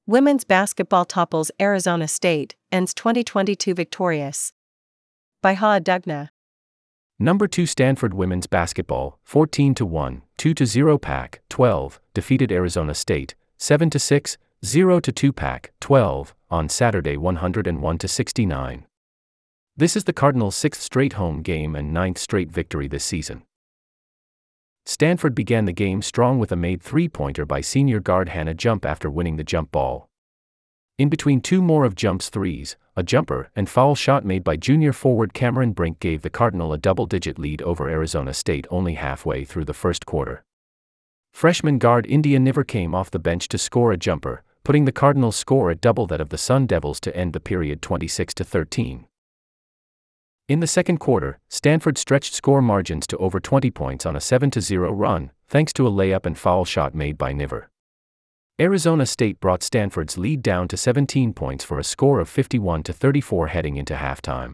Women's basketball topples Arizona State, ends 2022 victorious. By Ha Dugna. Number 2 Stanford women's basketball, 14-1, 2-0 Pac-12, defeated Arizona State, 7-6, 0-2 Pac-12, on Saturday 101-69. This is the Cardinals' 6th straight home game and 9th straight victory this season. Stanford began the game strong with a made three-pointer by senior guard Hannah Jump after winning the jump ball. In between two more of Jump's threes, a jumper and foul shot made by junior forward Cameron Brink gave the Cardinal a double-digit lead over Arizona State only halfway through the first quarter. Freshman guard India Niver came off the bench to score a jumper, putting the Cardinals' score at double that of the Sun Devils to end the period 26-13. In the second quarter, Stanford stretched score margins to over 20 points on a 7-0 run, thanks to a layup and foul shot made by Niver. Arizona State brought Stanford's lead down to 17 points for a score of 51-34 heading into halftime.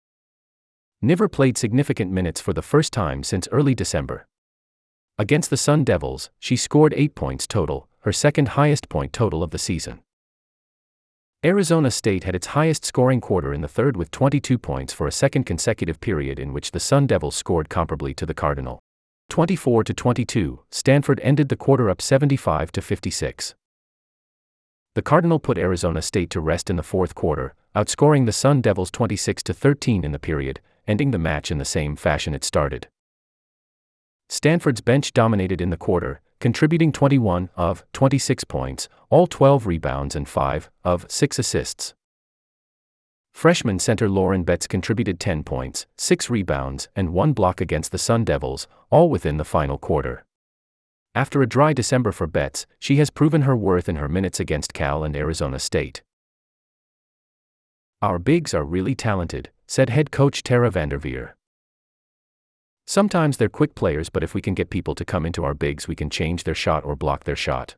Niver played significant minutes for the first time since early December. Against the Sun Devils, she scored 8 points total, her second highest point total of the season. Arizona State had its highest scoring quarter in the third with 22 points for a second consecutive period in which the Sun Devils scored comparably to the Cardinal. 24-22, Stanford ended the quarter up 75-56. The Cardinal put Arizona State to rest in the fourth quarter, outscoring the Sun Devils 26-13 in the period, ending the match in the same fashion it started. Stanford's bench dominated in the quarter, contributing 21 of 26 points, all 12 rebounds and 5 of 6 assists. Freshman center Lauren Betts contributed 10 points, 6 rebounds, and 1 block against the Sun Devils, all within the final quarter. After a dry December for Betts, she has proven her worth in her minutes against Cal and Arizona State. "Our bigs are really talented," said head coach Tara Vanderveer. "Sometimes they're quick players, but if we can get people to come into our bigs, we can change their shot or block their shot."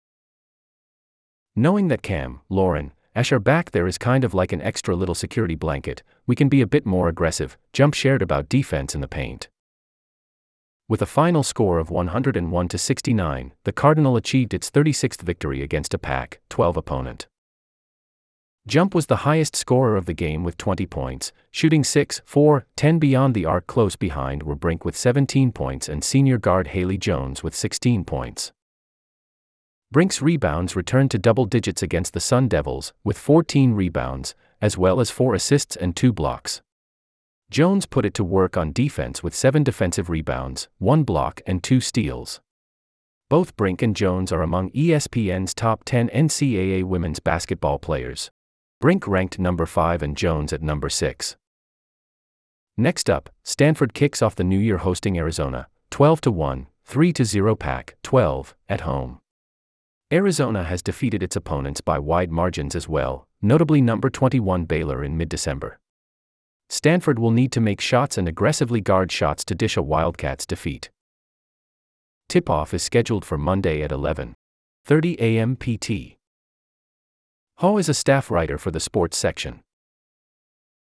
Knowing that Cam, Lauren, Ash are back there is kind of like an extra little security blanket, we can be a bit more aggressive, Jump shared about defense in the paint. With a final score of 101-69, the Cardinal achieved its 36th victory against a Pac-12 opponent. Jump was the highest scorer of the game with 20 points, shooting 6-4-10 beyond the arc. Close behind were Brink with 17 points and senior guard Haley Jones with 16 points. Brink's rebounds returned to double digits against the Sun Devils, with 14 rebounds, as well as 4 assists and 2 blocks. Jones put it to work on defense with 7 defensive rebounds, 1 block and 2 steals. Both Brink and Jones are among ESPN's top 10 NCAA women's basketball players. Brink ranked number 5 and Jones at number 6. Next up, Stanford kicks off the new year hosting Arizona, 12-1, 3-0 Pac-12, at home. Arizona has defeated its opponents by wide margins as well, notably number 21 Baylor in mid-December. Stanford will need to make shots and aggressively guard shots to dish a Wildcats defeat. Tip-off is scheduled for Monday at 11:30 a.m. PT. Ho is a staff writer for the sports section.